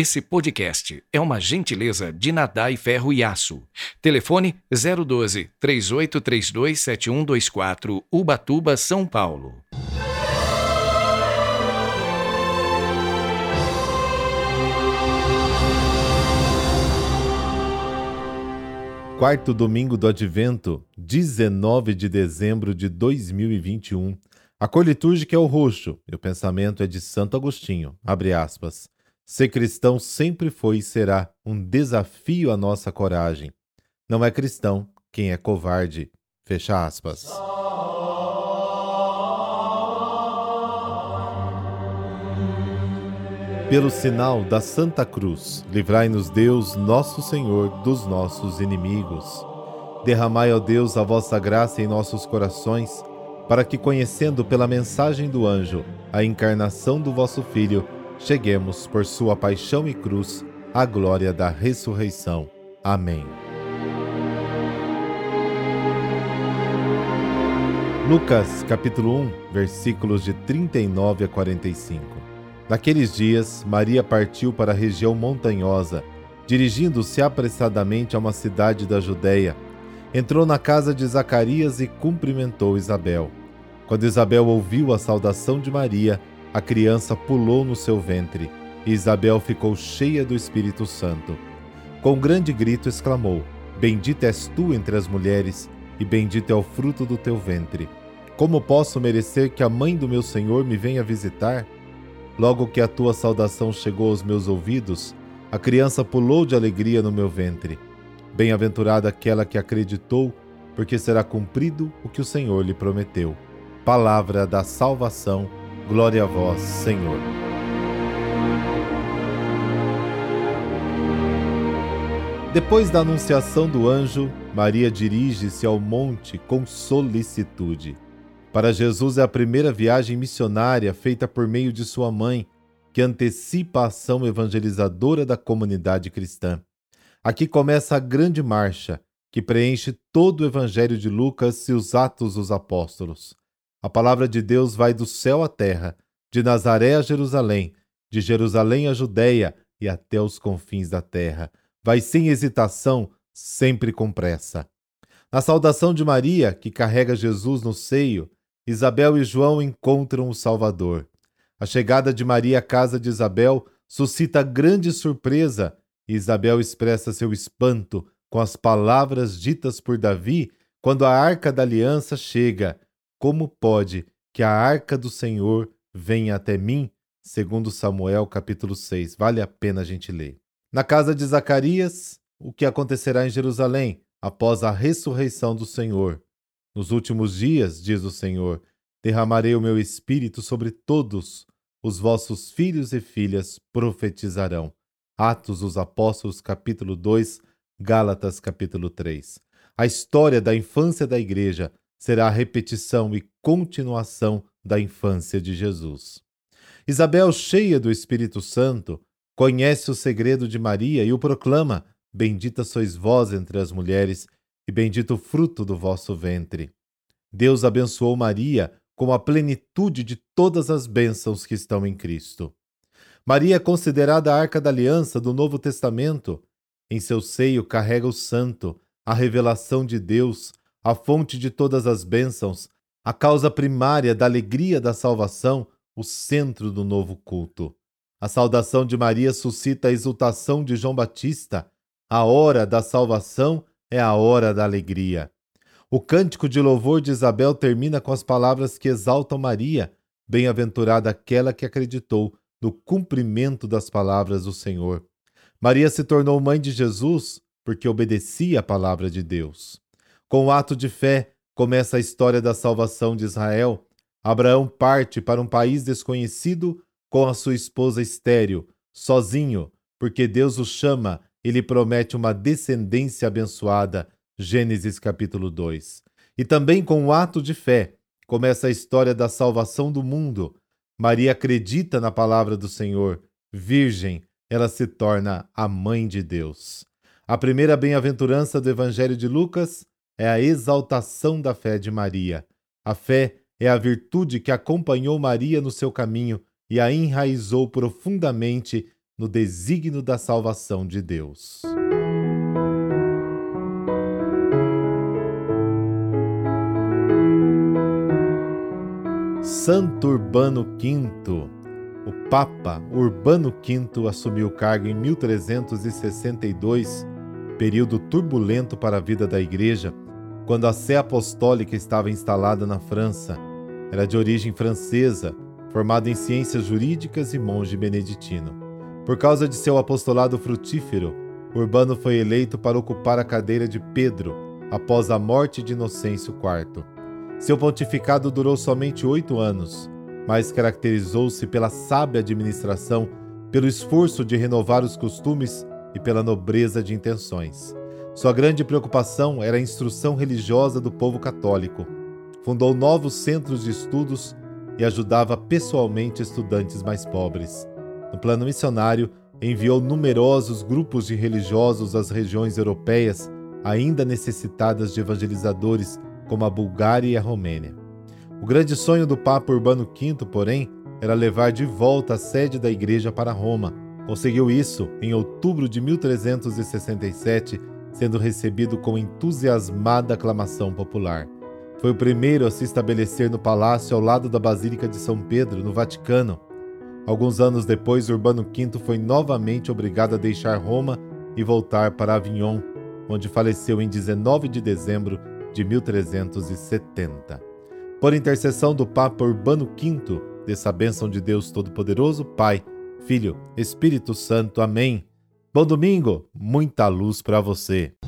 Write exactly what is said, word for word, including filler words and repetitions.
Esse podcast é uma gentileza de Nadai Ferro e Aço. Telefone zero doze, três oito três dois, sete um dois quatro, Ubatuba, São Paulo. Quarto domingo do Advento, dezenove de dezembro de dois mil e vinte e um. A cor litúrgica é o roxo e o pensamento é de Santo Agostinho. Abre aspas. Ser cristão sempre foi e será um desafio à nossa coragem. Não é cristão quem é covarde. Fecha aspas. Pelo sinal da Santa Cruz, livrai-nos Deus, nosso Senhor, dos nossos inimigos. Derramai, ó Deus, a vossa graça em nossos corações, para que, conhecendo pela mensagem do anjo a encarnação do vosso Filho, cheguemos, por sua paixão e cruz, à glória da ressurreição. Amém. Lucas, capítulo um, versículos de trinta e nove a quarenta e cinco. Naqueles dias, Maria partiu para a região montanhosa, dirigindo-se apressadamente a uma cidade da Judéia. Entrou na casa de Zacarias e cumprimentou Isabel. Quando Isabel ouviu a saudação de Maria, a criança pulou no seu ventre, e Isabel ficou cheia do Espírito Santo. Com grande grito exclamou: Bendita és tu entre as mulheres, e bendito é o fruto do teu ventre. Como posso merecer que a mãe do meu Senhor me venha visitar? Logo que a tua saudação chegou aos meus ouvidos, a criança pulou de alegria no meu ventre. Bem-aventurada aquela que acreditou, porque será cumprido o que o Senhor lhe prometeu. Palavra da salvação. Glória a vós, Senhor. Depois da anunciação do anjo, Maria dirige-se ao monte com solicitude. Para Jesus é a primeira viagem missionária feita por meio de sua mãe, que antecipa a ação evangelizadora da comunidade cristã. Aqui começa a grande marcha, que preenche todo o Evangelho de Lucas e os Atos dos Apóstolos. A palavra de Deus vai do céu à terra, de Nazaré a Jerusalém, de Jerusalém à Judéia e até os confins da terra. Vai sem hesitação, sempre com pressa. Na saudação de Maria, que carrega Jesus no seio, Isabel e João encontram o Salvador. A chegada de Maria à casa de Isabel suscita grande surpresa e Isabel expressa seu espanto com as palavras ditas por Davi quando a Arca da Aliança chega. Como pode que a Arca do Senhor venha até mim? Segundo Samuel, capítulo seis. Vale a pena a gente ler. Na casa de Zacarias, o que acontecerá em Jerusalém após a ressurreição do Senhor? Nos últimos dias, diz o Senhor, derramarei o meu espírito sobre todos. Os vossos filhos e filhas profetizarão. Atos dos Apóstolos, capítulo dois, Gálatas, capítulo três. A história da infância da igreja será a repetição e continuação da infância de Jesus. Isabel, cheia do Espírito Santo, conhece o segredo de Maria e o proclama: Bendita sois vós entre as mulheres, e bendito o fruto do vosso ventre. Deus abençoou Maria com a plenitude de todas as bênçãos que estão em Cristo. Maria é considerada a Arca da Aliança do Novo Testamento. Em seu seio carrega o Santo, a revelação de Deus, a fonte de todas as bênçãos, a causa primária da alegria da salvação, o centro do novo culto. A saudação de Maria suscita a exultação de João Batista. A hora da salvação é a hora da alegria. O cântico de louvor de Isabel termina com as palavras que exaltam Maria, bem-aventurada aquela que acreditou no cumprimento das palavras do Senhor. Maria se tornou mãe de Jesus porque obedecia a palavra de Deus. Com o ato de fé, começa a história da salvação de Israel. Abraão parte para um país desconhecido com a sua esposa estéril, sozinho, porque Deus o chama e lhe promete uma descendência abençoada. Gênesis capítulo dois. E também com o ato de fé, começa a história da salvação do mundo. Maria acredita na palavra do Senhor. Virgem, ela se torna a mãe de Deus. A primeira bem-aventurança do Evangelho de Lucas é a exaltação da fé de Maria. A fé é a virtude que acompanhou Maria no seu caminho e a enraizou profundamente no desígnio da salvação de Deus. Santo Urbano quinto. O Papa Urbano quinto assumiu o cargo em mil trezentos e sessenta e dois, período turbulento para a vida da Igreja, quando a Sé Apostólica estava instalada na França. Era de origem francesa, formado em ciências jurídicas e monge beneditino. Por causa de seu apostolado frutífero, Urbano foi eleito para ocupar a cadeira de Pedro após a morte de Inocêncio quarto. Seu pontificado durou somente oito anos, mas caracterizou-se pela sábia administração, pelo esforço de renovar os costumes e pela nobreza de intenções. Sua grande preocupação era a instrução religiosa do povo católico. Fundou novos centros de estudos e ajudava pessoalmente estudantes mais pobres. No plano missionário, enviou numerosos grupos de religiosos às regiões europeias ainda necessitadas de evangelizadores, como a Bulgária e a Romênia. O grande sonho do Papa Urbano quinto, porém, era levar de volta a sede da Igreja para Roma. Conseguiu isso em outubro de mil trezentos e sessenta e sete, sendo recebido com entusiasmada aclamação popular. Foi o primeiro a se estabelecer no palácio ao lado da Basílica de São Pedro, no Vaticano. Alguns anos depois, Urbano quinto foi novamente obrigado a deixar Roma e voltar para Avignon, onde faleceu em dezenove de dezembro de mil trezentos e setenta. Por intercessão do Papa Urbano quinto, dessa a bênção de Deus Todo-Poderoso, Pai, Filho, Espírito Santo. Amém. Bom domingo, muita luz para você.